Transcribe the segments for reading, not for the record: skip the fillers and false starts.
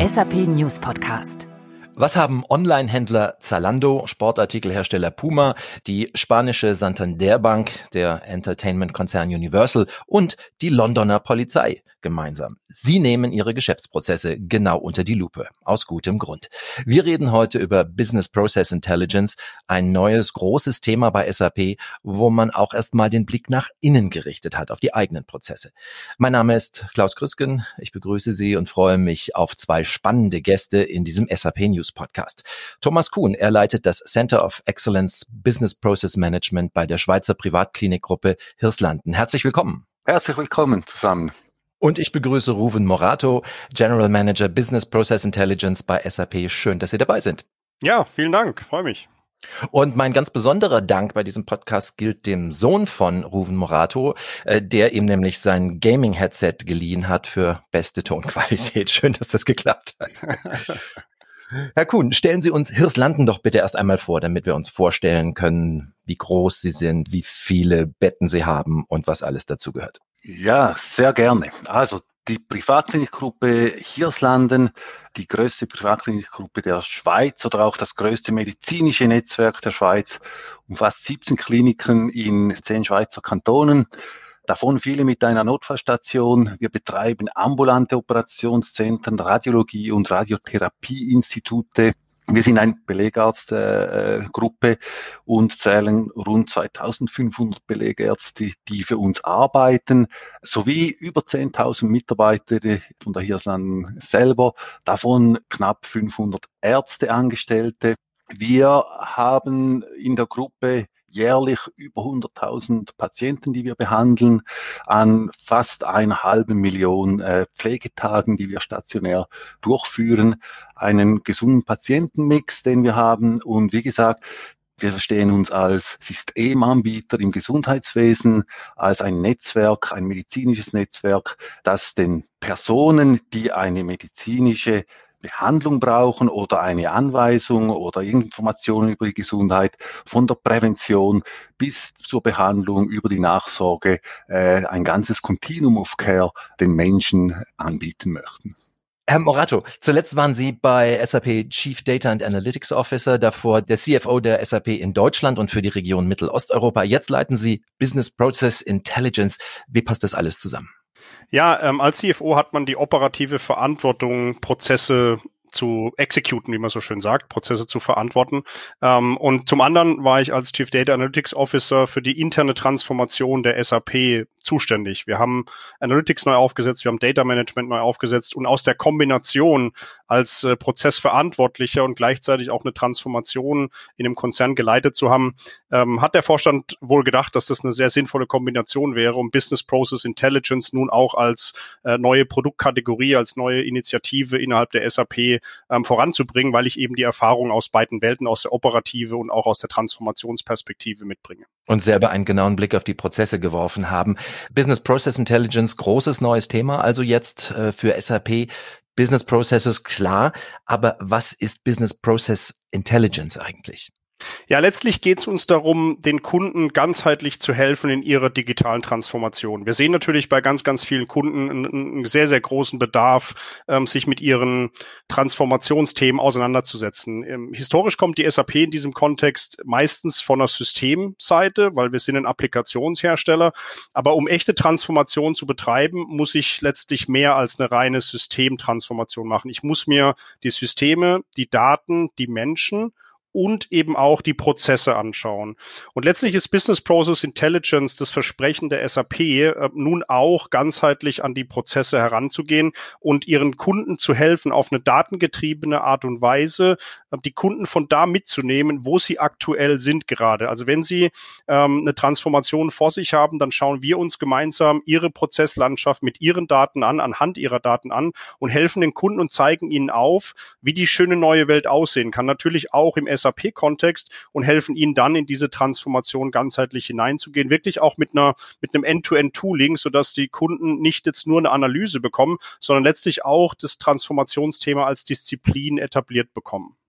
SAP News Podcast. Was haben Online-Händler Zalando, Sportartikelhersteller Puma, die spanische Santander Bank, der Entertainment-Konzern Universal und die Londoner Polizei gemeinsam? Sie nehmen ihre Geschäftsprozesse genau unter die Lupe, aus gutem Grund. Wir reden heute über Business Process Intelligence, ein neues, großes Thema bei SAP, wo man auch erstmal den Blick nach innen gerichtet hat, auf die eigenen Prozesse. Mein Name ist Klaus Krüsken, ich begrüße Sie und freue mich auf zwei spannende Gäste in diesem SAP News Podcast. Thomas Kuhn, er leitet das Center of Excellence Business Process Management bei der Schweizer Privatklinikgruppe Hirslanden. Herzlich willkommen. Herzlich willkommen zusammen. Und ich begrüße Ruven Morato, General Manager Business Process Intelligence bei SAP. Schön, dass Sie dabei sind. Ja, vielen Dank, freue mich. Und mein ganz besonderer Dank bei diesem Podcast gilt dem Sohn von Ruven Morato, der ihm nämlich sein Gaming-Headset geliehen hat für beste Tonqualität. Schön, dass das geklappt hat. Herr Kuhn, stellen Sie uns Hirslanden doch bitte erst einmal vor, damit wir uns vorstellen können, wie groß Sie sind, wie viele Betten Sie haben und was alles dazu gehört. Ja, sehr gerne. Also die Privatklinikgruppe Hirslanden, die größte Privatklinikgruppe der Schweiz oder auch das größte medizinische Netzwerk der Schweiz, umfasst 17 Kliniken in 10 Schweizer Kantonen. Davon viele mit einer Notfallstation. Wir betreiben ambulante Operationszentren, Radiologie- und Radiotherapieinstitute. Wir sind eine Belegarztgruppe und zählen rund 2500 Belegärzte, die für uns arbeiten, sowie über 10.000 Mitarbeiter von der Hirslanden selber, davon knapp 500 Ärzte, Angestellte. Wir haben in der Gruppe jährlich über 100.000 Patienten, die wir behandeln, an fast 1,5 Million Pflegetagen, die wir stationär durchführen, einen gesunden Patientenmix, den wir haben. Und wie gesagt, wir verstehen uns als Systemanbieter im Gesundheitswesen, als ein Netzwerk, ein medizinisches Netzwerk, das den Personen, die eine medizinische Behandlung brauchen oder eine Anweisung oder Informationen über die Gesundheit, von der Prävention bis zur Behandlung über die Nachsorge, ein ganzes Continuum of Care den Menschen anbieten möchten. Herr Morato, zuletzt waren Sie bei SAP Chief Data and Analytics Officer, davor der CFO der SAP in Deutschland und für die Region Mittelosteuropa. Jetzt leiten Sie Business Process Intelligence. Wie passt das alles zusammen? Ja, als CFO hat man die operative Verantwortung, Prozesse zu executen, wie man so schön sagt, Prozesse zu verantworten. Und zum anderen war ich als Chief Data Analytics Officer für die interne Transformation der SAP zuständig. Wir haben Analytics neu aufgesetzt, wir haben Data Management neu aufgesetzt und aus der Kombination als Prozessverantwortlicher und gleichzeitig auch eine Transformation in einem Konzern geleitet zu haben, hat der Vorstand wohl gedacht, dass das eine sehr sinnvolle Kombination wäre, um Business Process Intelligence nun auch als neue Produktkategorie, als neue Initiative innerhalb der SAP voranzubringen, weil ich eben die Erfahrung aus beiden Welten, aus der Operative und auch aus der Transformationsperspektive mitbringe. Und selber einen genauen Blick auf die Prozesse geworfen haben. Business Process Intelligence, großes neues Thema, also jetzt für SAP. Business Processes, klar, aber was ist Business Process Intelligence eigentlich? Ja, letztlich geht es uns darum, den Kunden ganzheitlich zu helfen in ihrer digitalen Transformation. Wir sehen natürlich bei ganz, ganz vielen Kunden einen sehr, sehr großen Bedarf, sich mit ihren Transformationsthemen auseinanderzusetzen. Historisch kommt die SAP in diesem Kontext meistens von der Systemseite, weil wir sind ein Applikationshersteller. Aber um echte Transformation zu betreiben, muss ich letztlich mehr als eine reine Systemtransformation machen. Ich muss mir die Systeme, die Daten, die Menschen und eben auch die Prozesse anschauen. Und letztlich ist Business Process Intelligence das Versprechen der SAP, nun auch ganzheitlich an die Prozesse heranzugehen und ihren Kunden zu helfen, auf eine datengetriebene Art und Weise, die Kunden von da mitzunehmen, wo sie aktuell sind gerade. Also wenn sie eine Transformation vor sich haben, dann schauen wir uns gemeinsam ihre Prozesslandschaft mit ihren Daten an, anhand ihrer Daten an und helfen den Kunden und zeigen ihnen auf, wie die schöne neue Welt aussehen kann. Natürlich auch im SAP-Kontext und helfen ihnen dann in diese Transformation ganzheitlich hineinzugehen, wirklich auch mit einem End-to-End-Tooling, sodass die Kunden nicht jetzt nur eine Analyse bekommen, sondern letztlich auch das Transformationsthema als Disziplin etabliert bekommen.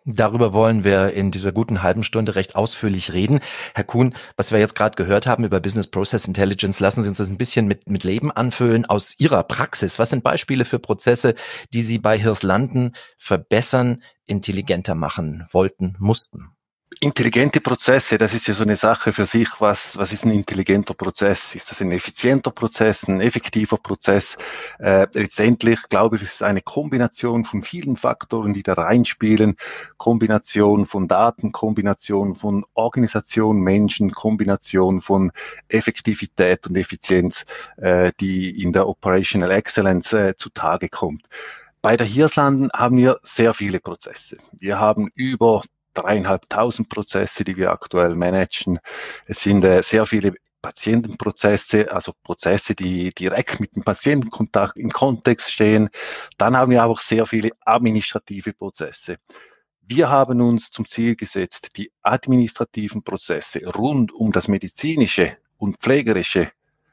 Darüber wollen wir in dieser guten halben Stunde recht ausführlich reden. Herr Kuhn, was wir jetzt gerade gehört haben über Business Process Intelligence, lassen Sie uns das ein bisschen mit Leben anfüllen aus Ihrer Praxis. Was sind Beispiele für Prozesse, die Sie bei Hirslanden verbessern, intelligenter machen wollten, mussten? Intelligente Prozesse, das ist ja so eine Sache für sich. Was ist ein intelligenter Prozess? Ist das ein effizienter Prozess, ein effektiver Prozess? Letztendlich glaube ich, es ist eine Kombination von vielen Faktoren, die da reinspielen. Kombination von Daten, Kombination von Organisation, Menschen, Kombination von Effektivität und Effizienz, die in der Operational Excellence zutage kommt. Bei der Hirslanden haben wir sehr viele Prozesse. Wir haben über 3.500 Prozesse, die wir aktuell managen. Es sind sehr viele Patientenprozesse, also Prozesse, die direkt mit dem Patientenkontakt im Kontext stehen. Dann haben wir auch sehr viele administrative Prozesse. Wir haben uns zum Ziel gesetzt, die administrativen Prozesse rund um das medizinische und pflegerische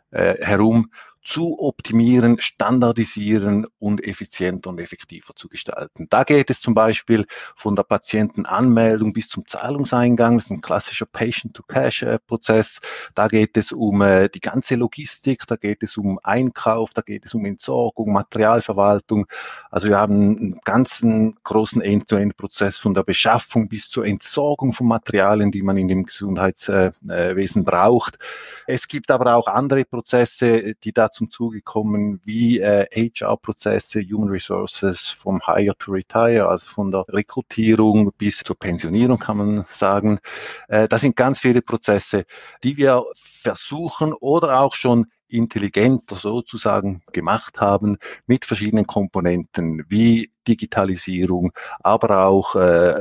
herum zu optimieren, standardisieren und effizienter und effektiver zu gestalten. Da geht es zum Beispiel von der Patientenanmeldung bis zum Zahlungseingang, das ist ein klassischer Patient-to-Cash-Prozess. Da geht es um die ganze Logistik, da geht es um Einkauf, da geht es um Entsorgung, Materialverwaltung. Also wir haben einen ganzen großen End-to-End-Prozess von der Beschaffung bis zur Entsorgung von Materialien, die man in dem Gesundheitswesen braucht. Es gibt aber auch andere Prozesse, die da zum Zuge kommen, wie HR-Prozesse, Human Resources, vom Hire to Retire, also von der Rekrutierung bis zur Pensionierung, kann man sagen. Das sind ganz viele Prozesse, die wir versuchen oder auch schon intelligenter sozusagen gemacht haben mit verschiedenen Komponenten wie Digitalisierung, aber auch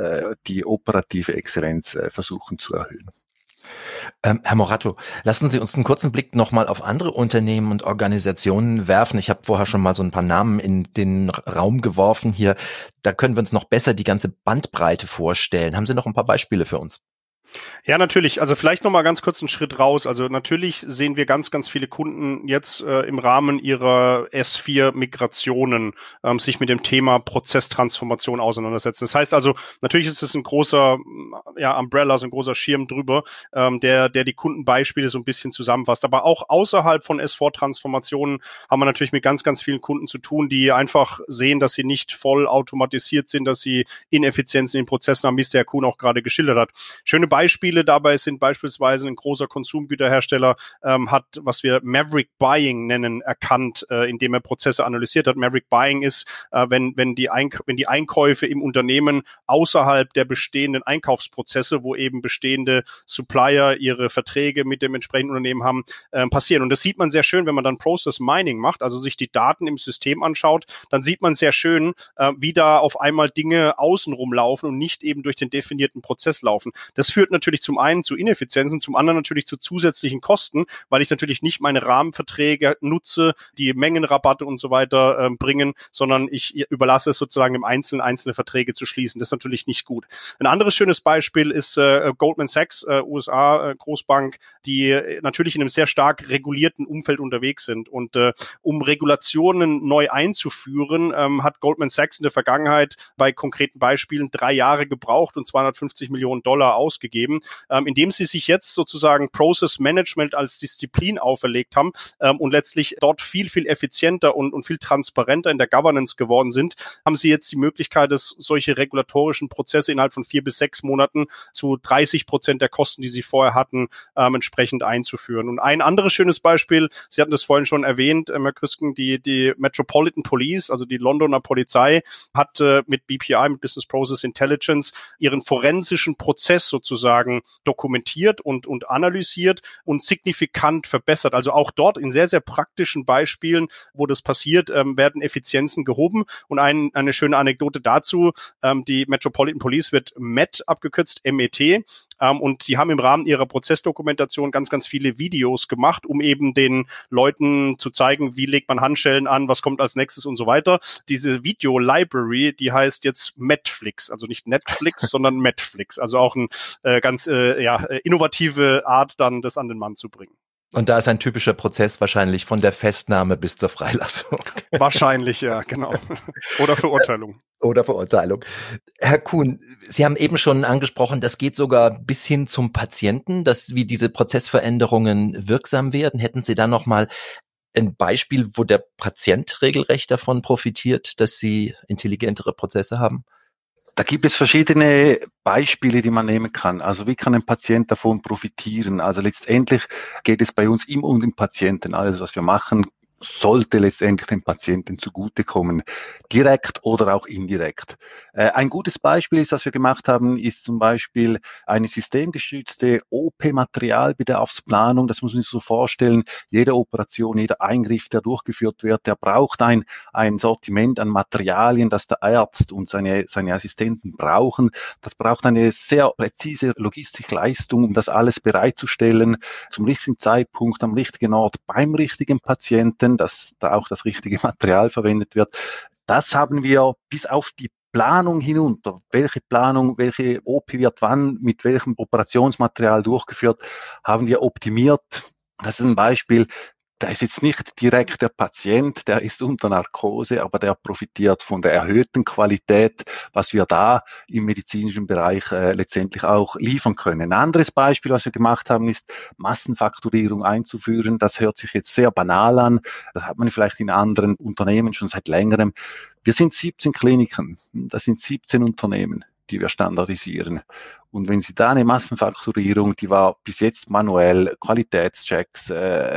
die operative Exzellenz versuchen zu erhöhen. Herr Moratto, lassen Sie uns einen kurzen Blick nochmal auf andere Unternehmen und Organisationen werfen. Ich habe vorher schon mal so ein paar Namen in den Raum geworfen hier. Da können wir uns noch besser die ganze Bandbreite vorstellen. Haben Sie noch ein paar Beispiele für uns? Ja, natürlich. Also vielleicht noch mal ganz kurz einen Schritt raus. Also natürlich sehen wir ganz, ganz viele Kunden jetzt im Rahmen ihrer S4-Migrationen sich mit dem Thema Prozesstransformation auseinandersetzen. Das heißt also, natürlich ist es ein großer Umbrella, so ein großer Schirm drüber, der die Kundenbeispiele so ein bisschen zusammenfasst. Aber auch außerhalb von S4-Transformationen haben wir natürlich mit ganz, ganz vielen Kunden zu tun, die einfach sehen, dass sie nicht voll automatisiert sind, dass sie Ineffizienzen in den Prozessen haben, wie es der Herr Kuhn auch gerade geschildert hat. Schöne Beispiele dabei sind beispielsweise ein großer Konsumgüterhersteller hat, was wir Maverick Buying nennen, erkannt, indem er Prozesse analysiert hat. Maverick Buying ist, wenn die Einkäufe im Unternehmen außerhalb der bestehenden Einkaufsprozesse, wo eben bestehende Supplier ihre Verträge mit dem entsprechenden Unternehmen haben, passieren. Und das sieht man sehr schön, wenn man dann Process Mining macht, also sich die Daten im System anschaut, dann sieht man sehr schön, wie da auf einmal Dinge außenrum laufen und nicht eben durch den definierten Prozess laufen. Das führt natürlich zum einen zu Ineffizienzen, zum anderen natürlich zu zusätzlichen Kosten, weil ich natürlich nicht meine Rahmenverträge nutze, die Mengenrabatte und so weiter bringen, sondern ich überlasse es sozusagen im Einzelnen, einzelne Verträge zu schließen. Das ist natürlich nicht gut. Ein anderes schönes Beispiel ist Goldman Sachs, USA Großbank, die natürlich in einem sehr stark regulierten Umfeld unterwegs sind. Und um Regulationen neu einzuführen, hat Goldman Sachs in der Vergangenheit bei konkreten Beispielen 3 Jahre gebraucht und $250 Millionen ausgegeben, indem sie sich jetzt sozusagen Process Management als Disziplin auferlegt haben und letztlich dort viel, viel effizienter und viel transparenter in der Governance geworden sind, haben sie jetzt die Möglichkeit, dass solche regulatorischen Prozesse innerhalb von 4 bis 6 Monaten zu 30% der Kosten, die sie vorher hatten, entsprechend einzuführen. Und ein anderes schönes Beispiel, Sie hatten das vorhin schon erwähnt, Herr Krüsken, die Metropolitan Police, also die Londoner Polizei, hat mit BPI, mit Business Process Intelligence, ihren forensischen Prozess sozusagen dokumentiert und analysiert und signifikant verbessert. Also auch dort in sehr, sehr praktischen Beispielen, wo das passiert, werden Effizienzen gehoben. Und eine schöne Anekdote dazu, die Metropolitan Police wird MET abgekürzt, MET, und die haben im Rahmen ihrer Prozessdokumentation ganz, ganz viele Videos gemacht, um eben den Leuten zu zeigen, wie legt man Handschellen an, was kommt als nächstes und so weiter. Diese Video-Library, die heißt jetzt Medflix, also nicht Netflix, sondern Medflix. Also auch ein ganz innovative Art, dann das an den Mann zu bringen. Und da ist ein typischer Prozess wahrscheinlich von der Festnahme bis zur Freilassung. Wahrscheinlich, ja, genau. Oder Verurteilung. Oder Verurteilung. Herr Kuhn, Sie haben eben schon angesprochen, das geht sogar bis hin zum Patienten, wie diese Prozessveränderungen wirksam werden. Hätten Sie da noch mal ein Beispiel, wo der Patient regelrecht davon profitiert, dass Sie intelligentere Prozesse haben? Da gibt es verschiedene Beispiele, die man nehmen kann. Also wie kann ein Patient davon profitieren? Also letztendlich geht es bei uns immer um den Patienten. Alles, was wir machen, sollte letztendlich dem Patienten zugutekommen, direkt oder auch indirekt. Ein gutes Beispiel ist, was wir gemacht haben, ist zum Beispiel eine systemgestützte OP-Materialbedarfsplanung. Das muss man sich so vorstellen. Jede Operation, jeder Eingriff, der durchgeführt wird, der braucht ein Sortiment an Materialien, das der Arzt und seine Assistenten brauchen. Das braucht eine sehr präzise Logistikleistung, um das alles bereitzustellen, zum richtigen Zeitpunkt, am richtigen Ort, beim richtigen Patienten, dass da auch das richtige Material verwendet wird. Das haben wir bis auf die Planung hinunter. Welche Planung, welche OP wird wann, mit welchem Operationsmaterial durchgeführt, haben wir optimiert. Das ist ein Beispiel. Da ist jetzt nicht direkt der Patient, der ist unter Narkose, aber der profitiert von der erhöhten Qualität, was wir da im medizinischen Bereich letztendlich auch liefern können. Ein anderes Beispiel, was wir gemacht haben, ist Massenfakturierung einzuführen. Das hört sich jetzt sehr banal an. Das hat man vielleicht in anderen Unternehmen schon seit längerem. Wir sind 17 Kliniken. Das sind 17 Unternehmen, die wir standardisieren. Und wenn Sie da eine Massenfakturierung, die war bis jetzt manuell, Qualitätschecks,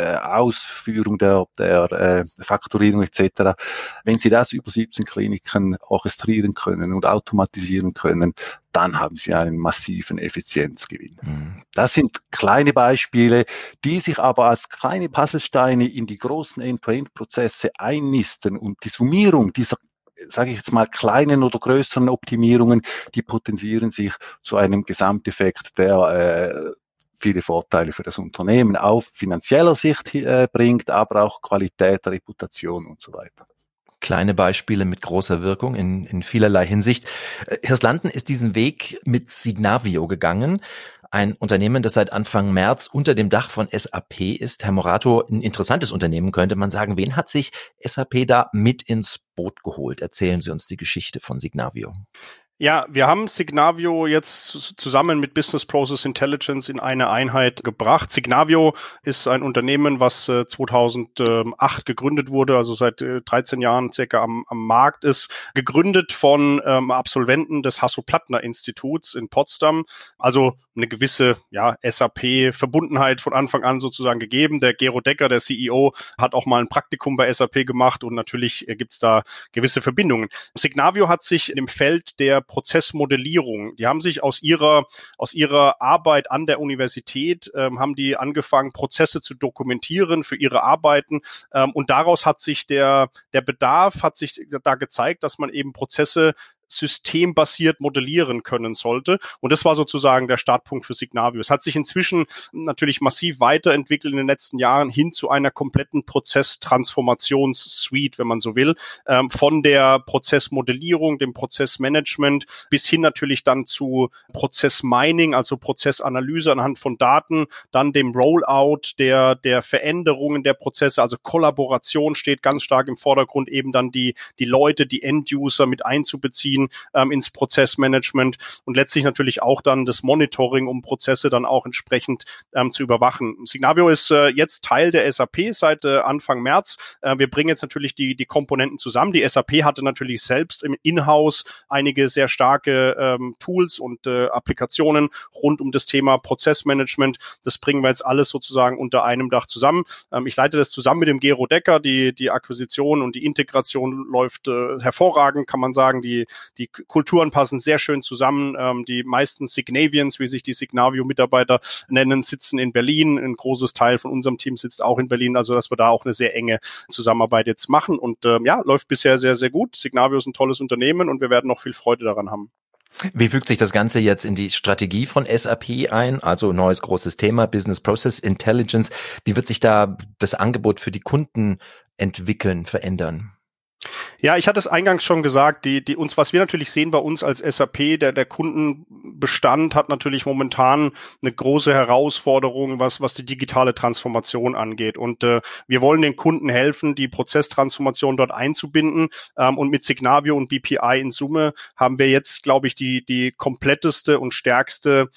Ausführung der Fakturierung etc., wenn Sie das über 17 Kliniken orchestrieren können und automatisieren können, dann haben Sie einen massiven Effizienzgewinn. Das sind kleine Beispiele, die sich aber als kleine Puzzlesteine in die großen End-to-End-Prozesse einnisten, und die Summierung dieser, sage ich jetzt mal, kleinen oder größeren Optimierungen, die potenzieren sich zu einem Gesamteffekt, der viele Vorteile für das Unternehmen auf finanzieller Sicht bringt, aber auch Qualität, Reputation und so weiter. Kleine Beispiele mit großer Wirkung in vielerlei Hinsicht. Hirslanden ist diesen Weg mit Signavio gegangen. Ein Unternehmen, das seit Anfang März unter dem Dach von SAP ist. Herr Morato, ein interessantes Unternehmen, könnte man sagen. Wen hat sich SAP da mit ins Boot geholt? Erzählen Sie uns die Geschichte von Signavio. Ja, wir haben Signavio jetzt zusammen mit Business Process Intelligence in eine Einheit gebracht. Signavio ist ein Unternehmen, was 2008 gegründet wurde, also seit 13 Jahren circa am Markt ist, gegründet von Absolventen des Hasso-Plattner-Instituts in Potsdam, also eine gewisse SAP-Verbundenheit von Anfang an sozusagen gegeben. Der Gero Decker, der CEO, hat auch mal ein Praktikum bei SAP gemacht, und natürlich gibt's da gewisse Verbindungen. Signavio hat sich im Feld der Prozessmodellierung, die haben sich aus ihrer Arbeit an der Universität, haben die angefangen, Prozesse zu dokumentieren für ihre Arbeiten, und daraus hat sich der Bedarf hat sich da gezeigt, dass man eben Prozesse systembasiert modellieren können sollte. Und das war sozusagen der Startpunkt für Signavio. Es hat sich inzwischen natürlich massiv weiterentwickelt in den letzten Jahren hin zu einer kompletten Prozesstransformationssuite, wenn man so will, von der Prozessmodellierung, dem Prozessmanagement bis hin natürlich dann zu Prozessmining, also Prozessanalyse anhand von Daten, dann dem Rollout der Veränderungen der Prozesse, also Kollaboration steht ganz stark im Vordergrund, eben dann die Leute, die End-User mit einzubeziehen ins Prozessmanagement und letztlich natürlich auch dann das Monitoring, um Prozesse dann auch entsprechend zu überwachen. Signavio ist jetzt Teil der SAP seit Anfang März. Wir bringen jetzt natürlich die Komponenten zusammen. Die SAP hatte natürlich selbst im Inhouse einige sehr starke Tools und Applikationen rund um das Thema Prozessmanagement. Das bringen wir jetzt alles sozusagen unter einem Dach zusammen. Ich leite das zusammen mit dem Gero Decker. Die Akquisition und die Integration läuft hervorragend, kann man sagen. Die Kulturen passen sehr schön zusammen. Die meisten Signavians, wie sich die Signavio-Mitarbeiter nennen, sitzen in Berlin. Ein großes Teil von unserem Team sitzt auch in Berlin. Also, dass wir da auch eine sehr enge Zusammenarbeit jetzt machen. Und läuft bisher sehr, sehr gut. Signavio ist ein tolles Unternehmen und wir werden noch viel Freude daran haben. Wie fügt sich das Ganze jetzt in die Strategie von SAP ein? Also neues großes Thema, Business Process Intelligence. Wie wird sich da das Angebot für die Kunden entwickeln, verändern? Ja, ich hatte es eingangs schon gesagt, was wir natürlich sehen bei uns als SAP, der Kundenbestand hat natürlich momentan eine große Herausforderung, was die digitale Transformation angeht. Und wir wollen den Kunden helfen, die Prozesstransformation dort einzubinden. Und mit Signavio und BPI in Summe haben wir jetzt, glaube ich, die kompletteste und stärkste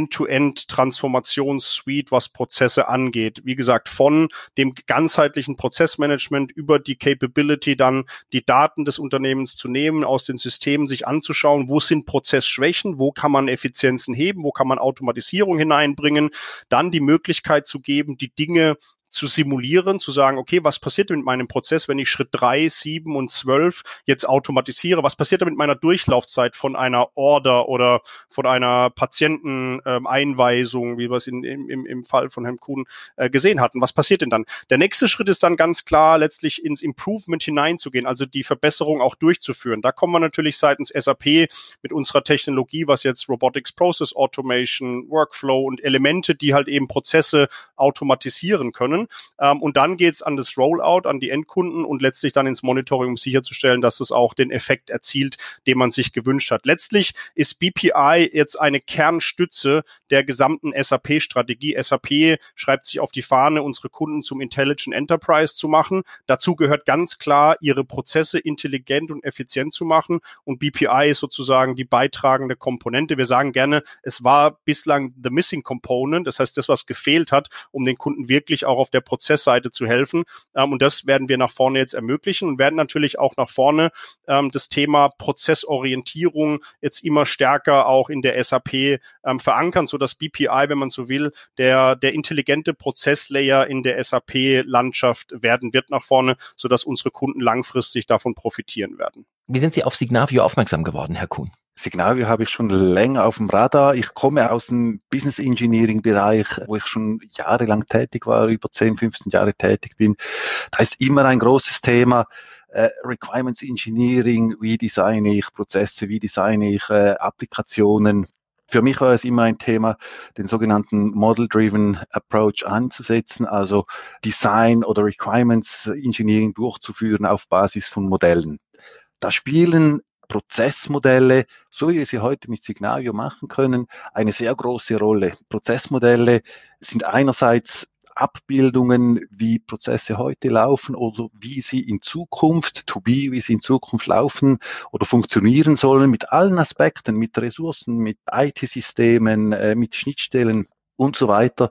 End-to-End-Transformationssuite, was Prozesse angeht. Wie gesagt, von dem ganzheitlichen Prozessmanagement über die Capability, dann die Daten des Unternehmens zu nehmen, aus den Systemen sich anzuschauen, wo sind Prozessschwächen, wo kann man Effizienzen heben, wo kann man Automatisierung hineinbringen, dann die Möglichkeit zu geben, die Dinge zu simulieren, zu sagen, okay, was passiert mit meinem Prozess, wenn ich Schritt 3, 7 und 12 jetzt automatisiere? Was passiert da mit meiner Durchlaufzeit von einer Order oder von einer Patienteneinweisung, wie wir es im Fall von Herrn Kuhn gesehen hatten? Was passiert denn dann? Der nächste Schritt ist dann ganz klar, letztlich ins Improvement hineinzugehen, also die Verbesserung auch durchzuführen. Da kommen wir natürlich seitens SAP mit unserer Technologie, was jetzt Robotics Process Automation, Workflow und Elemente, die halt eben Prozesse automatisieren können. Und dann geht's an das Rollout, an die Endkunden und letztlich dann ins Monitoring, um sicherzustellen, dass es auch den Effekt erzielt, den man sich gewünscht hat. Letztlich ist BPI jetzt eine Kernstütze der gesamten SAP-Strategie. SAP schreibt sich auf die Fahne, unsere Kunden zum Intelligent Enterprise zu machen. Dazu gehört ganz klar, ihre Prozesse intelligent und effizient zu machen. Und BPI ist sozusagen die beitragende Komponente. Wir sagen gerne, es war bislang the missing component, das heißt, das, was gefehlt hat, um den Kunden wirklich auch auf der Prozessseite zu helfen. Und das werden wir nach vorne jetzt ermöglichen und werden natürlich auch nach vorne das Thema Prozessorientierung jetzt immer stärker auch in der SAP verankern, sodass BPI, wenn man so will, der intelligente Prozesslayer in der SAP-Landschaft werden wird nach vorne, sodass unsere Kunden langfristig davon profitieren werden. Wie sind Sie auf Signavio aufmerksam geworden, Herr Kuhn? Signavio habe ich schon länger auf dem Radar. Ich komme aus dem Business Engineering Bereich, wo ich schon jahrelang tätig war, über 10, 15 Jahre tätig bin. Da ist immer ein großes Thema. Requirements Engineering, wie designe ich Prozesse, wie designe ich Applikationen. Für mich war es immer ein Thema, den sogenannten Model-Driven Approach anzusetzen, also Design oder Requirements Engineering durchzuführen auf Basis von Modellen. Da spielen Prozessmodelle, so wie wir sie heute mit Signavio machen können, eine sehr große Rolle. Prozessmodelle sind einerseits Abbildungen, wie Prozesse heute laufen oder wie sie in Zukunft, wie sie in Zukunft laufen oder funktionieren sollen, mit allen Aspekten, mit Ressourcen, mit IT-Systemen, mit Schnittstellen und so weiter.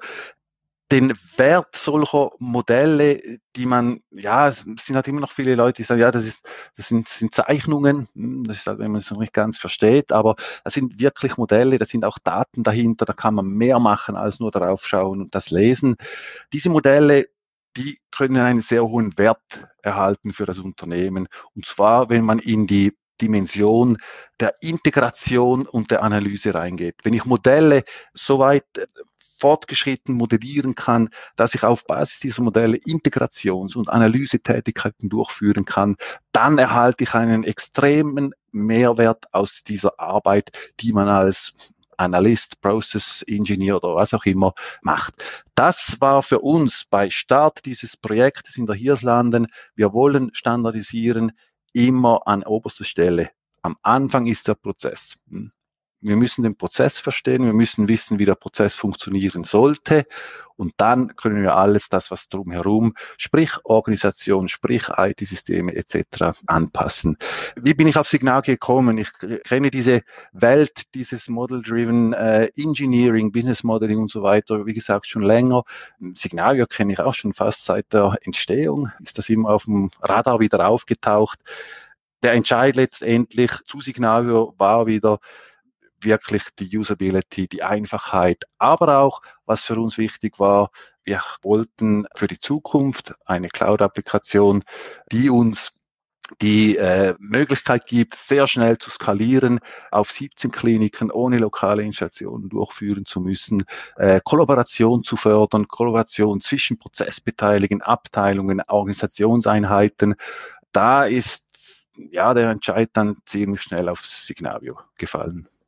Den Wert solcher Modelle, die man, ja, es sind halt immer noch viele Leute, die sagen, ja, das sind Zeichnungen, das ist halt, wenn man es noch nicht ganz versteht, aber das sind wirklich Modelle, da sind auch Daten dahinter, da kann man mehr machen als nur darauf schauen und das lesen. Diese Modelle, die können einen sehr hohen Wert erhalten für das Unternehmen, und zwar, wenn man in die Dimension der Integration und der Analyse reingeht. Wenn ich Modelle soweit fortgeschritten modellieren kann, dass ich auf Basis dieser Modelle Integrations- und Analysetätigkeiten durchführen kann, dann erhalte ich einen extremen Mehrwert aus dieser Arbeit, die man als Analyst, Process Engineer oder was auch immer macht. Das war für uns bei Start dieses Projektes in der Hirslanden. Wir wollen standardisieren, immer an oberster Stelle. Am Anfang ist der Prozess. Wir müssen den Prozess verstehen, wir müssen wissen, wie der Prozess funktionieren sollte, und dann können wir alles das, was drumherum, sprich Organisation, sprich IT-Systeme etc. anpassen. Wie bin ich auf Signavio gekommen? Ich kenne diese Welt, dieses Model-Driven Engineering, Business Modeling und so weiter, wie gesagt, schon länger. Signavio kenne ich auch schon fast seit der Entstehung, ist das immer auf dem Radar wieder aufgetaucht. Der Entscheid letztendlich zu Signavio war wieder wirklich die Usability, die Einfachheit, aber auch, was für uns wichtig war, wir wollten für die Zukunft eine Cloud-Applikation, die uns die Möglichkeit gibt, sehr schnell zu skalieren, auf 17 Kliniken ohne lokale Installationen durchführen zu müssen, Kollaboration zu fördern, Kollaboration zwischen Prozessbeteiligten, Abteilungen, Organisationseinheiten. Da ist ja der Entscheid dann ziemlich schnell auf Signavio gefallen.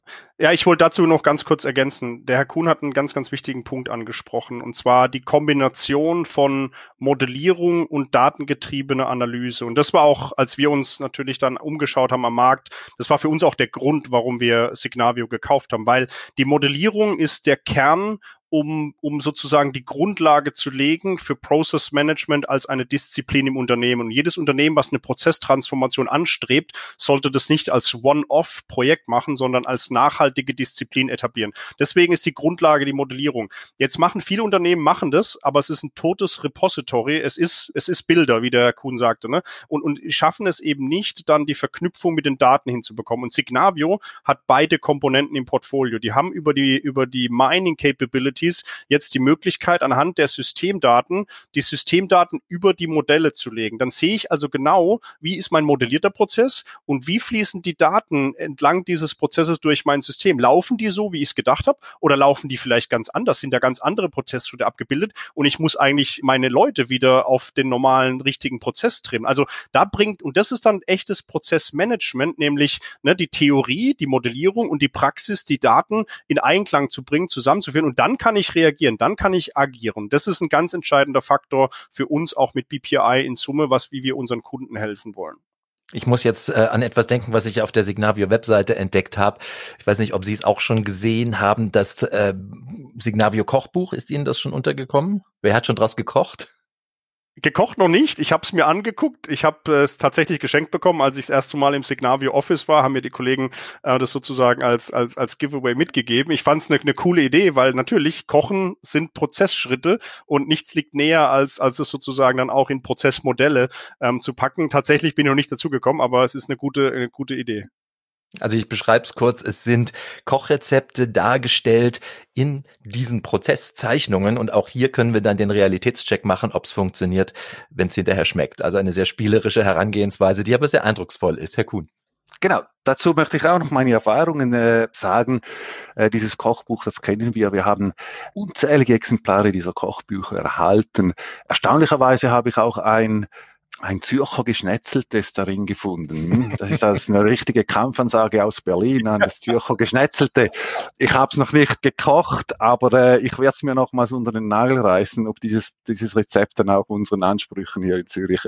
Ja, ich wollte dazu noch ganz kurz ergänzen. Der Herr Kuhn hat einen ganz, ganz wichtigen Punkt angesprochen, und zwar die Kombination von Modellierung und datengetriebene Analyse. Und das war auch, als wir uns natürlich dann umgeschaut haben am Markt, das war für uns auch der Grund, warum wir Signavio gekauft haben, weil die Modellierung ist der Kern, um sozusagen die Grundlage zu legen für Process Management als eine Disziplin im Unternehmen. Und jedes Unternehmen, was eine Prozesstransformation anstrebt, sollte das nicht als One-Off-Projekt machen, sondern als nachhaltige Disziplin etablieren. Deswegen ist die Grundlage die Modellierung. Jetzt viele Unternehmen das, aber es ist ein totes Repository. Es ist Bilder, wie der Herr Kuhn sagte, ne? Und schaffen es eben nicht, dann die Verknüpfung mit den Daten hinzubekommen. Und Signavio hat beide Komponenten im Portfolio. Die haben über die Mining Capabilities jetzt die Möglichkeit, anhand der Systemdaten, die Systemdaten über die Modelle zu legen. Dann sehe ich also genau, wie ist mein modellierter Prozess und wie fließen die Daten entlang dieses Prozesses durch mein System. Laufen die so, wie ich es gedacht habe, oder laufen die vielleicht ganz anders? Sind da ganz andere Prozessschritte abgebildet und ich muss eigentlich meine Leute wieder auf den normalen, richtigen Prozess trimmen. Also und das ist dann echtes Prozessmanagement, nämlich die Theorie, die Modellierung und die Praxis, die Daten in Einklang zu bringen, zusammenzuführen, und dann kann ich reagieren, dann kann ich agieren. Das ist ein ganz entscheidender Faktor für uns auch mit BPI in Summe, wie wir unseren Kunden helfen wollen. Ich muss jetzt an etwas denken, was ich auf der Signavio-Webseite entdeckt habe. Ich weiß nicht, ob Sie es auch schon gesehen haben. Das Signavio-Kochbuch, ist Ihnen das schon untergekommen? Wer hat schon draus gekocht? Gekocht noch nicht. Ich habe es mir angeguckt. Ich habe es tatsächlich geschenkt bekommen, als ich das erste Mal im Signavio Office war, haben mir die Kollegen das sozusagen als Giveaway mitgegeben. Ich fand es eine coole Idee, weil natürlich Kochen sind Prozessschritte und nichts liegt näher, als es sozusagen dann auch in Prozessmodelle zu packen. Tatsächlich bin ich noch nicht dazu gekommen, aber es ist eine gute Idee. Also ich beschreibe es kurz, es sind Kochrezepte dargestellt in diesen Prozesszeichnungen, und auch hier können wir dann den Realitätscheck machen, ob es funktioniert, wenn es hinterher schmeckt. Also eine sehr spielerische Herangehensweise, die aber sehr eindrucksvoll ist. Herr Kuhn. Genau, dazu möchte ich auch noch meine Erfahrungen sagen. Dieses Kochbuch, das kennen wir. Wir haben unzählige Exemplare dieser Kochbücher erhalten. Erstaunlicherweise habe ich auch ein Zürcher Geschnetzeltes darin gefunden. Das ist also eine richtige Kampfansage aus Berlin an das Zürcher Geschnetzelte. Ich habe es noch nicht gekocht, aber ich werde es mir nochmals unter den Nagel reißen, ob dieses Rezept dann auch unseren Ansprüchen hier in Zürich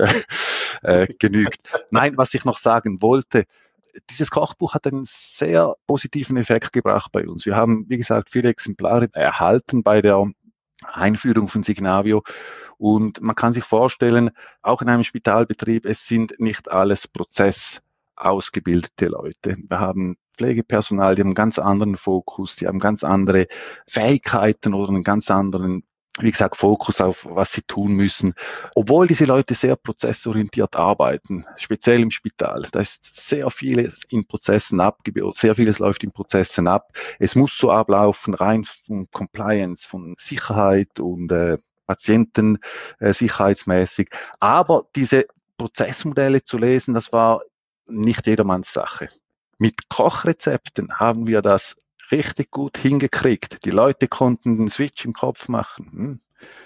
genügt. Nein, was ich noch sagen wollte, dieses Kochbuch hat einen sehr positiven Effekt gebracht bei uns. Wir haben, wie gesagt, viele Exemplare erhalten bei der Einführung von Signavio. Und man kann sich vorstellen, auch in einem Spitalbetrieb, es sind nicht alles prozessausgebildete Leute. Wir haben Pflegepersonal, die haben einen ganz anderen Fokus, die haben ganz andere Fähigkeiten oder einen ganz anderen, wie gesagt, Fokus auf, was sie tun müssen. Obwohl diese Leute sehr prozessorientiert arbeiten, speziell im Spital. Da ist sehr vieles in Prozessen abgebildet, sehr vieles läuft in Prozessen ab. Es muss so ablaufen, rein von Compliance, von Sicherheit und Patienten sicherheitsmäßig. Aber diese Prozessmodelle zu lesen, das war nicht jedermanns Sache. Mit Kochrezepten haben wir das richtig gut hingekriegt. Die Leute konnten den Switch im Kopf machen.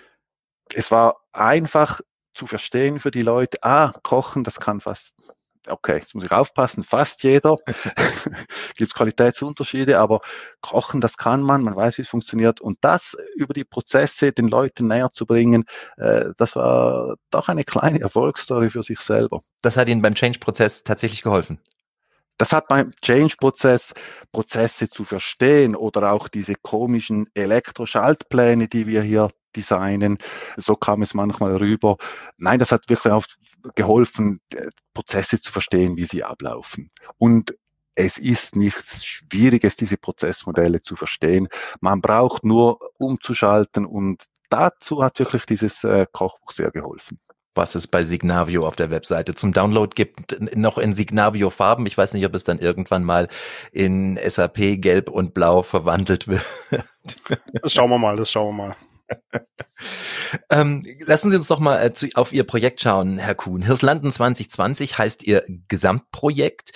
Es war einfach zu verstehen für die Leute, Kochen, das kann fast, okay, jetzt muss ich aufpassen, fast jeder. Gibt es Qualitätsunterschiede, aber Kochen, das kann man weiß, wie es funktioniert. Und das über die Prozesse den Leuten näher zu bringen, das war doch eine kleine Erfolgsstory für sich selber. Das hat Ihnen beim Change-Prozess tatsächlich geholfen? Das hat beim Change-Prozess, Prozesse zu verstehen oder auch diese komischen Elektroschaltpläne, die wir hier designen, so kam es manchmal rüber. Nein, das hat wirklich auch geholfen, Prozesse zu verstehen, wie sie ablaufen. Und es ist nichts Schwieriges, diese Prozessmodelle zu verstehen. Man braucht nur umzuschalten, und dazu hat wirklich dieses Kochbuch sehr geholfen. Was es bei Signavio auf der Webseite zum Download gibt, noch in Signavio-Farben. Ich weiß nicht, ob es dann irgendwann mal in SAP Gelb und Blau verwandelt wird. Das schauen wir mal. Lassen Sie uns doch mal auf Ihr Projekt schauen, Herr Kuhn. Hirslanden 2020 heißt Ihr Gesamtprojekt.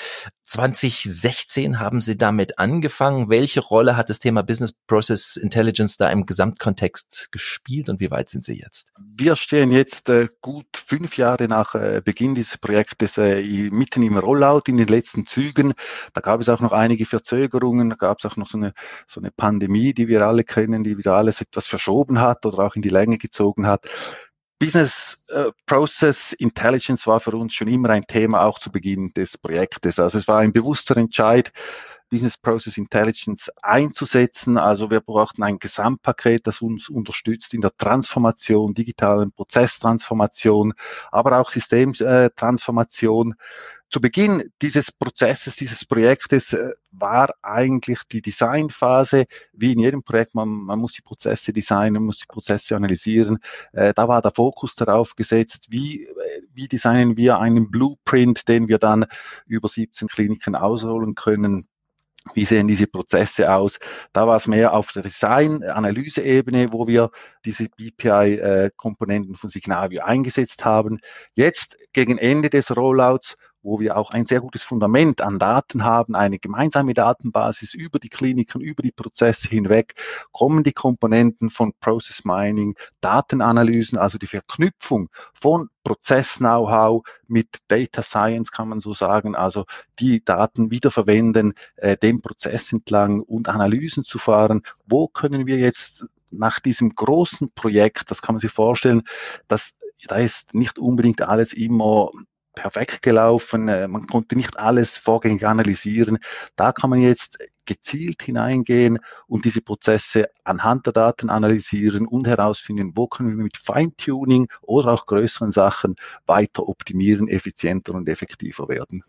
2016 haben Sie damit angefangen. Welche Rolle hat das Thema Business Process Intelligence da im Gesamtkontext gespielt und wie weit sind Sie jetzt? Wir stehen jetzt gut 5 Jahre nach Beginn dieses Projektes mitten im Rollout, in den letzten Zügen. Da gab es auch noch einige Verzögerungen, da gab es auch noch so eine Pandemie, die wir alle kennen, die wieder alles etwas verschoben hat oder auch in die Länge gezogen hat. Business Process Intelligence war für uns schon immer ein Thema, auch zu Beginn des Projektes. Also es war ein bewusster Entscheid, Business Process Intelligence einzusetzen. Also wir brauchten ein Gesamtpaket, das uns unterstützt in der Transformation, digitalen Prozesstransformation, aber auch Systemtransformation. Zu Beginn dieses Prozesses, dieses Projektes war eigentlich die Designphase, wie in jedem Projekt, man muss die Prozesse designen, man muss die Prozesse analysieren. Da war der Fokus darauf gesetzt, wie designen wir einen Blueprint, den wir dann über 17 Kliniken ausrollen können. Wie sehen diese Prozesse aus? Da war es mehr auf der Design-Analyse-Ebene, wo wir diese BPI-Komponenten von Signavio eingesetzt haben. Jetzt gegen Ende des Rollouts, wo wir auch ein sehr gutes Fundament an Daten haben, eine gemeinsame Datenbasis über die Kliniken, über die Prozesse hinweg, kommen die Komponenten von Process Mining, Datenanalysen, also die Verknüpfung von Prozess-Know-how mit Data Science, kann man so sagen, also die Daten wiederverwenden, dem Prozess entlang und Analysen zu fahren. Wo können wir jetzt nach diesem großen Projekt, das kann man sich vorstellen, da ist nicht unbedingt alles immer perfekt gelaufen, man konnte nicht alles vorgängig analysieren. Da kann man jetzt gezielt hineingehen und diese Prozesse anhand der Daten analysieren und herausfinden, wo können wir mit Feintuning oder auch größeren Sachen weiter optimieren, effizienter und effektiver werden.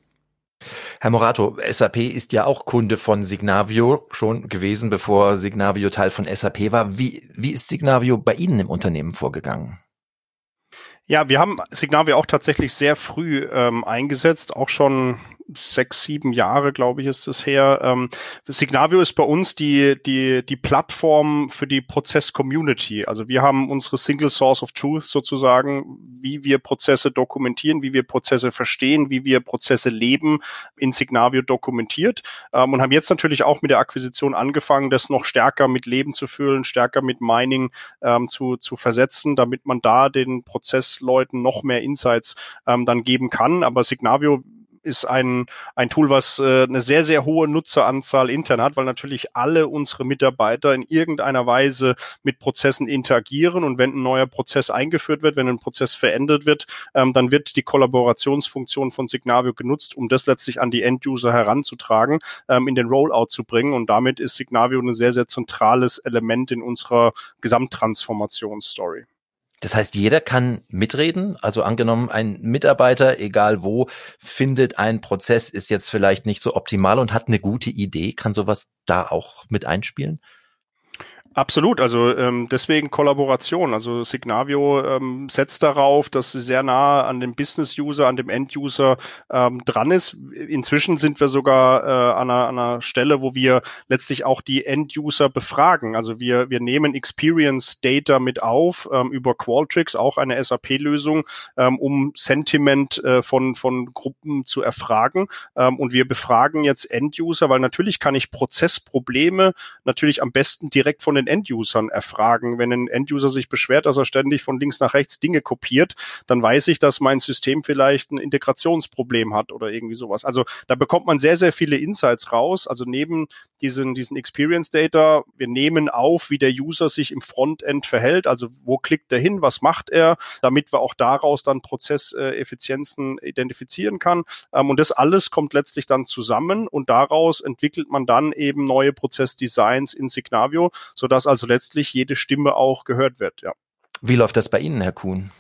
Herr Morato, SAP ist ja auch Kunde von Signavio schon gewesen, bevor Signavio Teil von SAP war. Wie ist Signavio bei Ihnen im Unternehmen vorgegangen? Ja, wir haben Signavio auch tatsächlich sehr früh eingesetzt, auch schon 6, 7 Jahre, glaube ich, ist es her. Signavio ist bei uns die Plattform für die Prozess-Community. Also wir haben unsere Single Source of Truth sozusagen, wie wir Prozesse dokumentieren, wie wir Prozesse verstehen, wie wir Prozesse leben, in Signavio dokumentiert und haben jetzt natürlich auch mit der Akquisition angefangen, das noch stärker mit Leben zu füllen, stärker mit Mining zu versetzen, damit man da den Prozessleuten noch mehr Insights dann geben kann. Aber Signavio ist ein Tool, was eine sehr, sehr hohe Nutzeranzahl intern hat, weil natürlich alle unsere Mitarbeiter in irgendeiner Weise mit Prozessen interagieren und wenn ein neuer Prozess eingeführt wird, wenn ein Prozess verändert wird, dann wird die Kollaborationsfunktion von Signavio genutzt, um das letztlich an die End-User heranzutragen, in den Rollout zu bringen und damit ist Signavio ein sehr, sehr zentrales Element in unserer Gesamttransformationsstory. Das heißt, jeder kann mitreden, also angenommen, ein Mitarbeiter, egal wo, findet ein Prozess, ist jetzt vielleicht nicht so optimal und hat eine gute Idee, kann sowas da auch mit einspielen? Absolut, also deswegen Kollaboration. Also Signavio setzt darauf, dass sie sehr nah an dem Business-User, an dem End-User dran ist. Inzwischen sind wir sogar an einer Stelle, wo wir letztlich auch die End-User befragen. Also wir nehmen Experience-Data mit auf über Qualtrics, auch eine SAP-Lösung, um Sentiment von Gruppen zu erfragen. Und wir befragen jetzt End-User, weil natürlich kann ich Prozessprobleme natürlich am besten direkt von den End-Usern erfragen. Wenn ein End-User sich beschwert, dass er ständig von links nach rechts Dinge kopiert, dann weiß ich, dass mein System vielleicht ein Integrationsproblem hat oder irgendwie sowas. Also da bekommt man sehr, sehr viele Insights raus. Also neben diesen Experience Data, wir nehmen auf, wie der User sich im Frontend verhält. Also wo klickt er hin, was macht er, damit wir auch daraus dann Prozesseffizienzen identifizieren kann. Und das alles kommt letztlich dann zusammen und daraus entwickelt man dann eben neue Prozessdesigns in Signavio, sodass also letztlich jede Stimme auch gehört wird, ja. Wie läuft das bei Ihnen, Herr Kuhn?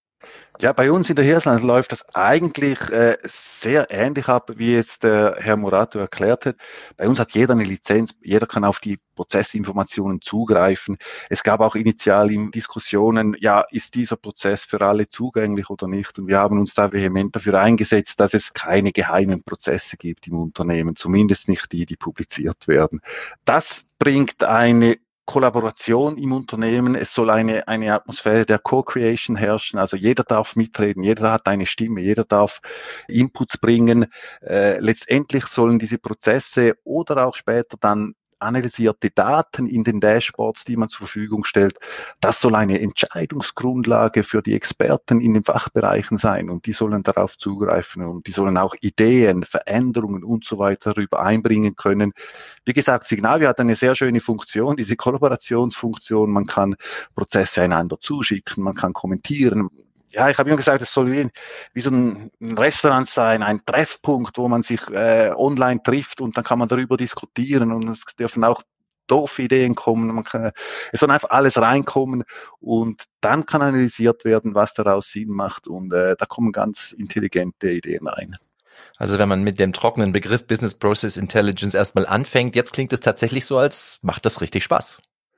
Ja, bei uns in der Hirslanden läuft das eigentlich sehr ähnlich ab, wie jetzt Herr Morato erklärt hat. Bei uns hat jeder eine Lizenz, jeder kann auf die Prozessinformationen zugreifen. Es gab auch initial Diskussionen, ja, ist dieser Prozess für alle zugänglich oder nicht? Und wir haben uns da vehement dafür eingesetzt, dass es keine geheimen Prozesse gibt im Unternehmen, zumindest nicht die publiziert werden. Das bringt eine Kollaboration im Unternehmen, es soll eine Atmosphäre der Co-Creation herrschen, also jeder darf mitreden, jeder hat eine Stimme, jeder darf Inputs bringen. Letztendlich sollen diese Prozesse oder auch später dann analysierte Daten in den Dashboards, die man zur Verfügung stellt, das soll eine Entscheidungsgrundlage für die Experten in den Fachbereichen sein und die sollen darauf zugreifen und die sollen auch Ideen, Veränderungen und so weiter darüber einbringen können. Wie gesagt, Signavio hat eine sehr schöne Funktion, diese Kollaborationsfunktion, man kann Prozesse einander zuschicken, man kann kommentieren. Ja, ich habe immer gesagt, es soll wie so ein Restaurant sein, ein Treffpunkt, wo man sich online trifft und dann kann man darüber diskutieren und es dürfen auch doofe Ideen kommen. Es soll einfach alles reinkommen und dann kann analysiert werden, was daraus Sinn macht und da kommen ganz intelligente Ideen rein. Also wenn man mit dem trockenen Begriff Business Process Intelligence erstmal anfängt, jetzt klingt es tatsächlich so, als macht das richtig Spaß.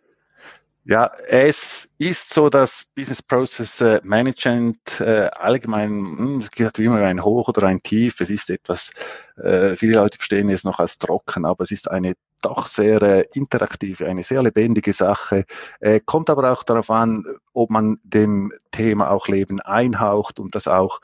Ja, es ist so, dass Business Process Management allgemein, es gibt wie immer ein Hoch oder ein Tief. Es ist etwas, viele Leute verstehen es noch als trocken, aber es ist eine doch sehr interaktive, eine sehr lebendige Sache. Kommt aber auch darauf an, ob man dem Thema auch Leben einhaucht und das auch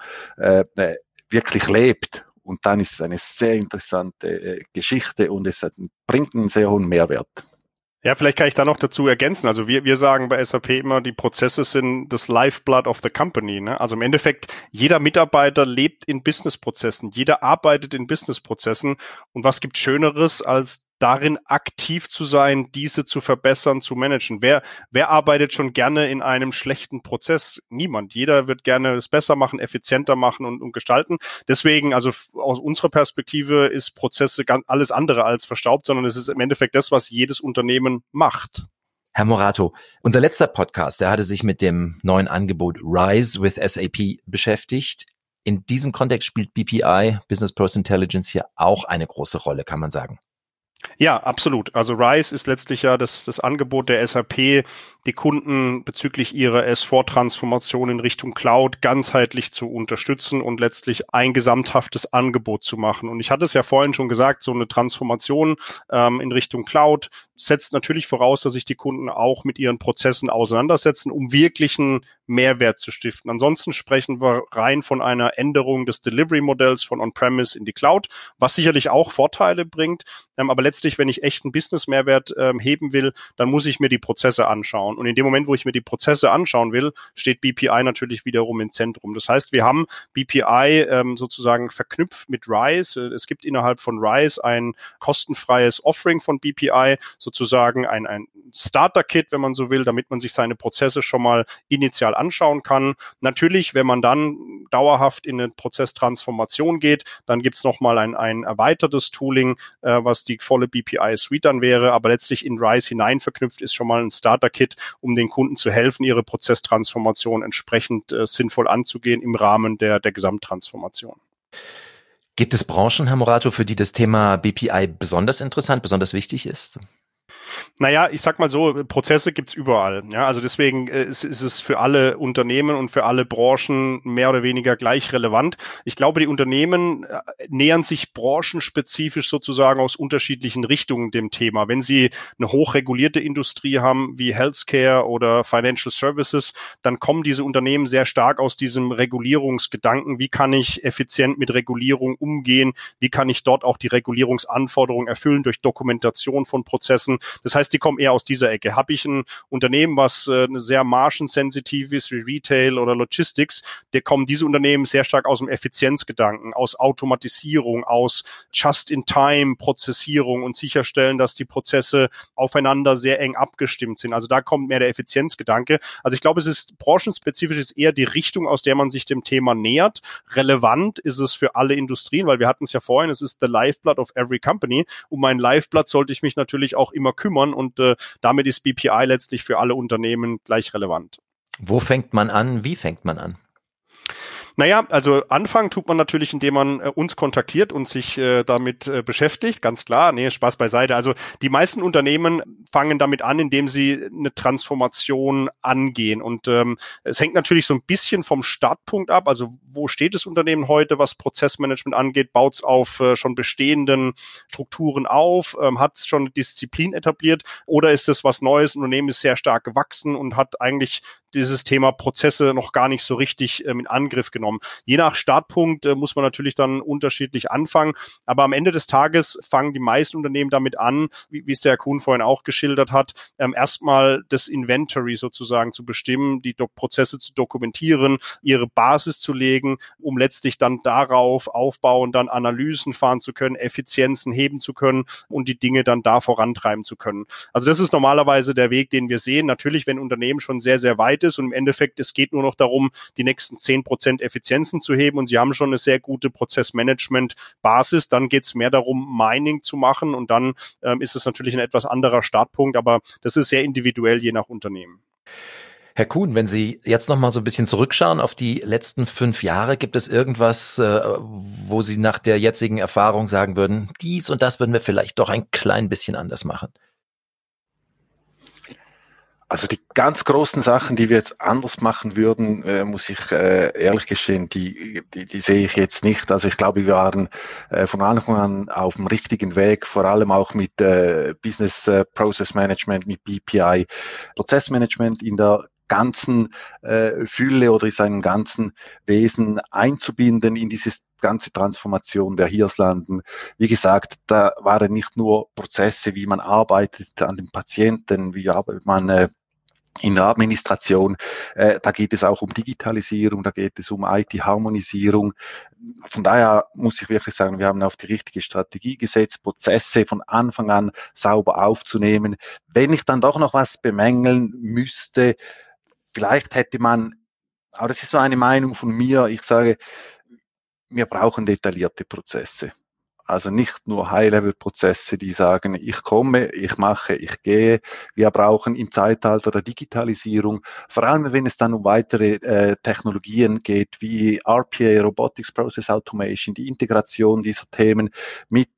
wirklich lebt. Und dann ist es eine sehr interessante Geschichte und es bringt einen sehr hohen Mehrwert. Ja, vielleicht kann ich da noch dazu ergänzen. Also wir sagen bei SAP immer, die Prozesse sind das Lifeblood of the company. Ne? Also im Endeffekt, jeder Mitarbeiter lebt in Businessprozessen, jeder arbeitet in Businessprozessen. Und was gibt Schöneres, als darin aktiv zu sein, diese zu verbessern, zu managen? Wer arbeitet schon gerne in einem schlechten Prozess? Niemand. Jeder wird gerne es besser machen, effizienter machen und gestalten. Deswegen, also aus unserer Perspektive ist Prozesse alles andere als verstaubt, sondern es ist im Endeffekt das, was jedes Unternehmen macht. Herr Morato, unser letzter Podcast, der hatte sich mit dem neuen Angebot Rise with SAP beschäftigt. In diesem Kontext spielt BPI, Business Process Intelligence, hier auch eine große Rolle, kann man sagen. Ja, absolut. Also Rise ist letztlich ja das Angebot der SAP, die Kunden bezüglich ihrer S4-Transformation in Richtung Cloud ganzheitlich zu unterstützen und letztlich ein gesamthaftes Angebot zu machen. Und ich hatte es ja vorhin schon gesagt, so eine Transformation in Richtung Cloud setzt natürlich voraus, dass sich die Kunden auch mit ihren Prozessen auseinandersetzen, um wirklichen Mehrwert zu stiften. Ansonsten sprechen wir rein von einer Änderung des Delivery-Modells von On-Premise in die Cloud, was sicherlich auch Vorteile bringt. Aber letztlich, wenn ich echten Business-Mehrwert heben will, dann muss ich mir die Prozesse anschauen. Und in dem Moment, wo ich mir die Prozesse anschauen will, steht BPI natürlich wiederum im Zentrum. Das heißt, wir haben BPI sozusagen verknüpft mit Rise. Es gibt innerhalb von Rise ein kostenfreies Offering von BPI, sozusagen ein Starter-Kit, wenn man so will, damit man sich seine Prozesse schon mal initial anschauen kann. Natürlich, wenn man dann dauerhaft in eine Prozesstransformation geht, dann gibt's nochmal ein erweitertes Tooling, was die volle BPI-Suite dann wäre, aber letztlich in Rise hinein verknüpft ist schon mal ein Starter-Kit, um den Kunden zu helfen, ihre Prozesstransformation entsprechend sinnvoll anzugehen im Rahmen der Gesamttransformation. Gibt es Branchen, Herr Morato, für die das Thema BPI besonders interessant, besonders wichtig ist? Naja, ich sag mal so, Prozesse gibt's überall. Ja, also deswegen ist es für alle Unternehmen und für alle Branchen mehr oder weniger gleich relevant. Ich glaube, die Unternehmen nähern sich branchenspezifisch sozusagen aus unterschiedlichen Richtungen dem Thema. Wenn sie eine hochregulierte Industrie haben, wie Healthcare oder Financial Services, dann kommen diese Unternehmen sehr stark aus diesem Regulierungsgedanken. Wie kann ich effizient mit Regulierung umgehen? Wie kann ich dort auch die Regulierungsanforderungen erfüllen durch Dokumentation von Prozessen? Das heißt, die kommen eher aus dieser Ecke. Habe ich ein Unternehmen, was sehr margensensitiv ist, wie Retail oder Logistics, da kommen diese Unternehmen sehr stark aus dem Effizienzgedanken, aus Automatisierung, aus Just-in-Time-Prozessierung und sicherstellen, dass die Prozesse aufeinander sehr eng abgestimmt sind. Also da kommt mehr der Effizienzgedanke. Also ich glaube, es ist branchenspezifisch, ist eher die Richtung, aus der man sich dem Thema nähert. Relevant ist es für alle Industrien, weil wir hatten es ja vorhin, es ist the lifeblood of every company. Um mein Lifeblood sollte ich mich natürlich auch immer kümmern und damit ist BPI letztlich für alle Unternehmen gleich relevant. Wo fängt man an? Wie fängt man an? Naja, also anfangen tut man natürlich, indem man uns kontaktiert und sich damit beschäftigt, ganz klar. Nee, Spaß beiseite. Also die meisten Unternehmen fangen damit an, indem sie eine Transformation angehen. Und es hängt natürlich so ein bisschen vom Startpunkt ab. Also wo steht das Unternehmen heute, was Prozessmanagement angeht? Baut es auf schon bestehenden Strukturen auf? Hat es schon eine Disziplin etabliert? Oder ist es was Neues? Ein Unternehmen ist sehr stark gewachsen und hat eigentlich dieses Thema Prozesse noch gar nicht so richtig in Angriff genommen. Je nach Startpunkt muss man natürlich dann unterschiedlich anfangen, aber am Ende des Tages fangen die meisten Unternehmen damit an, wie es der Herr Kuhn vorhin auch geschildert hat, erstmal das Inventory sozusagen zu bestimmen, die Prozesse zu dokumentieren, ihre Basis zu legen, um letztlich dann darauf aufbauen, dann Analysen fahren zu können, Effizienzen heben zu können und die Dinge dann da vorantreiben zu können. Also das ist normalerweise der Weg, den wir sehen. Natürlich, wenn ein Unternehmen schon sehr, sehr weit ist und im Endeffekt, es geht nur noch darum, die nächsten 10% Effizienzen zu heben und Sie haben schon eine sehr gute Prozessmanagement-Basis, dann geht es mehr darum, Mining zu machen und dann ist es natürlich ein etwas anderer Startpunkt, aber das ist sehr individuell je nach Unternehmen. Herr Kuhn, wenn Sie jetzt noch mal so ein bisschen zurückschauen auf die letzten 5 Jahre, gibt es irgendwas, wo Sie nach der jetzigen Erfahrung sagen würden, dies und das würden wir vielleicht doch ein klein bisschen anders machen? Also die ganz großen Sachen, die wir jetzt anders machen würden, muss ich ehrlich gestehen, die sehe ich jetzt nicht. Also ich glaube, wir waren von Anfang an auf dem richtigen Weg, vor allem auch mit Business Process Management, mit BPI, Prozessmanagement in der ganzen Fülle oder in seinem ganzen Wesen einzubinden in dieses ganze Transformation der Hirslanden. Wie gesagt, da waren nicht nur Prozesse, wie man arbeitet an den Patienten, wie arbeitet man in der Administration, da geht es auch um Digitalisierung, da geht es um IT-Harmonisierung. Von daher muss ich wirklich sagen, wir haben auf die richtige Strategie gesetzt, Prozesse von Anfang an sauber aufzunehmen. Wenn ich dann doch noch was bemängeln müsste, vielleicht hätte man, aber das ist so eine Meinung von mir, ich sage, wir brauchen detaillierte Prozesse. Also nicht nur High-Level-Prozesse, die sagen, ich komme, ich mache, ich gehe. Wir brauchen im Zeitalter der Digitalisierung, vor allem wenn es dann um weitere Technologien geht, wie RPA, Robotics Process Automation, die Integration dieser Themen mit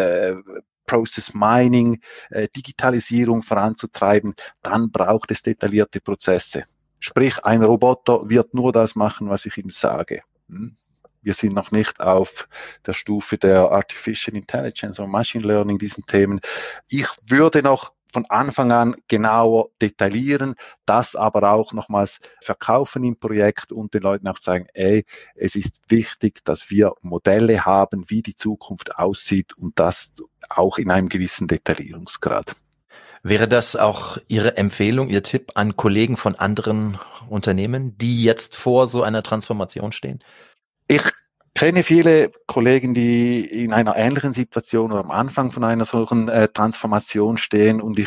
Process Mining, Digitalisierung voranzutreiben, dann braucht es detaillierte Prozesse. Sprich, ein Roboter wird nur das machen, was ich ihm sage. Wir sind noch nicht auf der Stufe der Artificial Intelligence oder Machine Learning, diesen Themen. Ich würde noch von Anfang an genauer detaillieren, das aber auch nochmals verkaufen im Projekt und den Leuten auch sagen, es ist wichtig, dass wir Modelle haben, wie die Zukunft aussieht und das auch in einem gewissen Detaillierungsgrad. Wäre das auch Ihre Empfehlung, Ihr Tipp an Kollegen von anderen Unternehmen, die jetzt vor so einer Transformation stehen? Ich kenne viele Kollegen, die in einer ähnlichen Situation oder am Anfang von einer solchen Transformation stehen und ich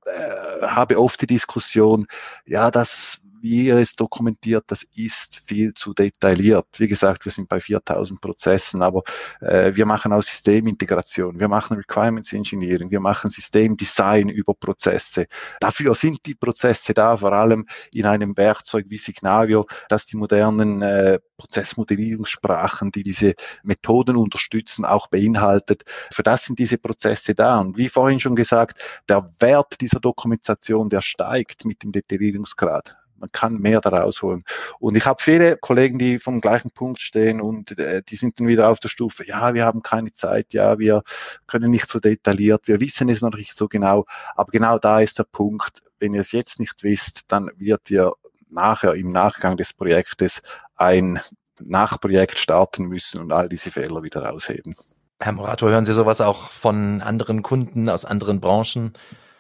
habe oft die Diskussion, ja, das, wie ihr es dokumentiert, das ist viel zu detailliert. Wie gesagt, wir sind bei 4000 Prozessen, aber wir machen auch Systemintegration, wir machen Requirements Engineering, wir machen Systemdesign über Prozesse. Dafür sind die Prozesse da, vor allem in einem Werkzeug wie Signavio, das die modernen Prozessmodellierungssprachen, die diese Methoden unterstützen, auch beinhaltet. Für das sind diese Prozesse da. Und wie vorhin schon gesagt, der Wert dieser Dokumentation, der steigt mit dem Detaillierungsgrad. Man kann mehr daraus holen. Und ich habe viele Kollegen, die vom gleichen Punkt stehen und die sind dann wieder auf der Stufe, ja, wir haben keine Zeit, ja, wir können nicht so detailliert, wir wissen es noch nicht so genau. Aber genau da ist der Punkt, wenn ihr es jetzt nicht wisst, dann wird ihr nachher im Nachgang des Projektes ein Nachprojekt starten müssen und all diese Fehler wieder rausheben. Herr Morato, hören Sie sowas auch von anderen Kunden aus anderen Branchen?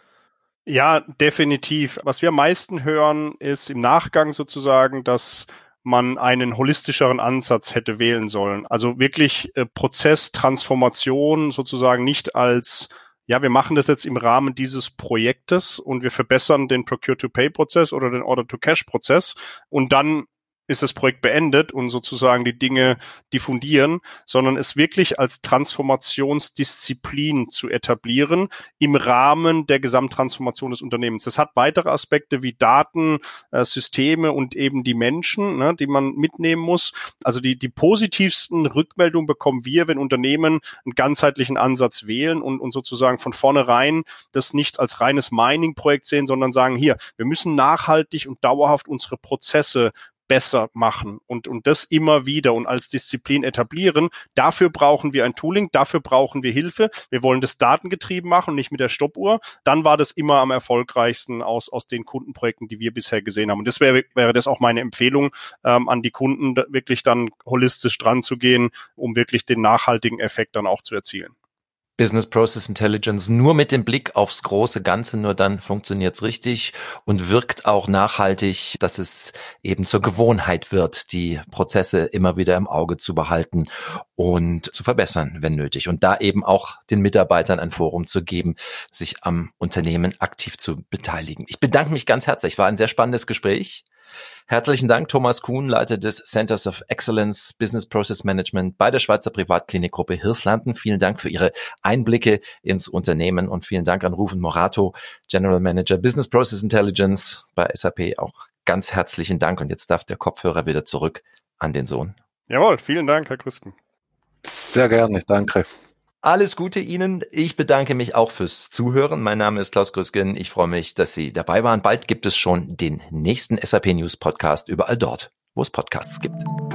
Ja, definitiv. Was wir am meisten hören, ist im Nachgang sozusagen, dass man einen holistischeren Ansatz hätte wählen sollen. Also wirklich Prozesstransformation sozusagen nicht als, ja, wir machen das jetzt im Rahmen dieses Projektes und wir verbessern den Procure-to-Pay-Prozess oder den Order-to-Cash-Prozess und dann ist das Projekt beendet und sozusagen die Dinge diffundieren, sondern es wirklich als Transformationsdisziplin zu etablieren im Rahmen der Gesamttransformation des Unternehmens. Das hat weitere Aspekte wie Daten, Systeme und eben die Menschen, ne, die man mitnehmen muss. Also die positivsten Rückmeldungen bekommen wir, wenn Unternehmen einen ganzheitlichen Ansatz wählen und sozusagen von vornherein das nicht als reines Mining-Projekt sehen, sondern sagen, hier, wir müssen nachhaltig und dauerhaft unsere Prozesse besser machen und das immer wieder und als Disziplin etablieren. Dafür brauchen wir ein Tooling, dafür brauchen wir Hilfe. Wir wollen das datengetrieben machen und nicht mit der Stoppuhr. Dann war das immer am erfolgreichsten aus den Kundenprojekten, die wir bisher gesehen haben. Und das wäre das auch meine Empfehlung an die Kunden, wirklich dann holistisch dran zu gehen, um wirklich den nachhaltigen Effekt dann auch zu erzielen. Business Process Intelligence nur mit dem Blick aufs große Ganze, nur dann funktioniert's richtig und wirkt auch nachhaltig, dass es eben zur Gewohnheit wird, die Prozesse immer wieder im Auge zu behalten und zu verbessern, wenn nötig. Und da eben auch den Mitarbeitern ein Forum zu geben, sich am Unternehmen aktiv zu beteiligen. Ich bedanke mich ganz herzlich. War ein sehr spannendes Gespräch. Herzlichen Dank, Thomas Kuhn, Leiter des Centers of Excellence Business Process Management bei der Schweizer Privatklinikgruppe Hirslanden. Vielen Dank für Ihre Einblicke ins Unternehmen und vielen Dank an Rufen Morato, General Manager Business Process Intelligence bei SAP. Auch ganz herzlichen Dank. Und jetzt darf der Kopfhörer wieder zurück an den Sohn. Jawohl, vielen Dank, Herr Krüsken. Sehr gerne, danke. Alles Gute Ihnen. Ich bedanke mich auch fürs Zuhören. Mein Name ist Klaus Krüsken. Ich freue mich, dass Sie dabei waren. Bald gibt es schon den nächsten SAP News Podcast überall dort, wo es Podcasts gibt.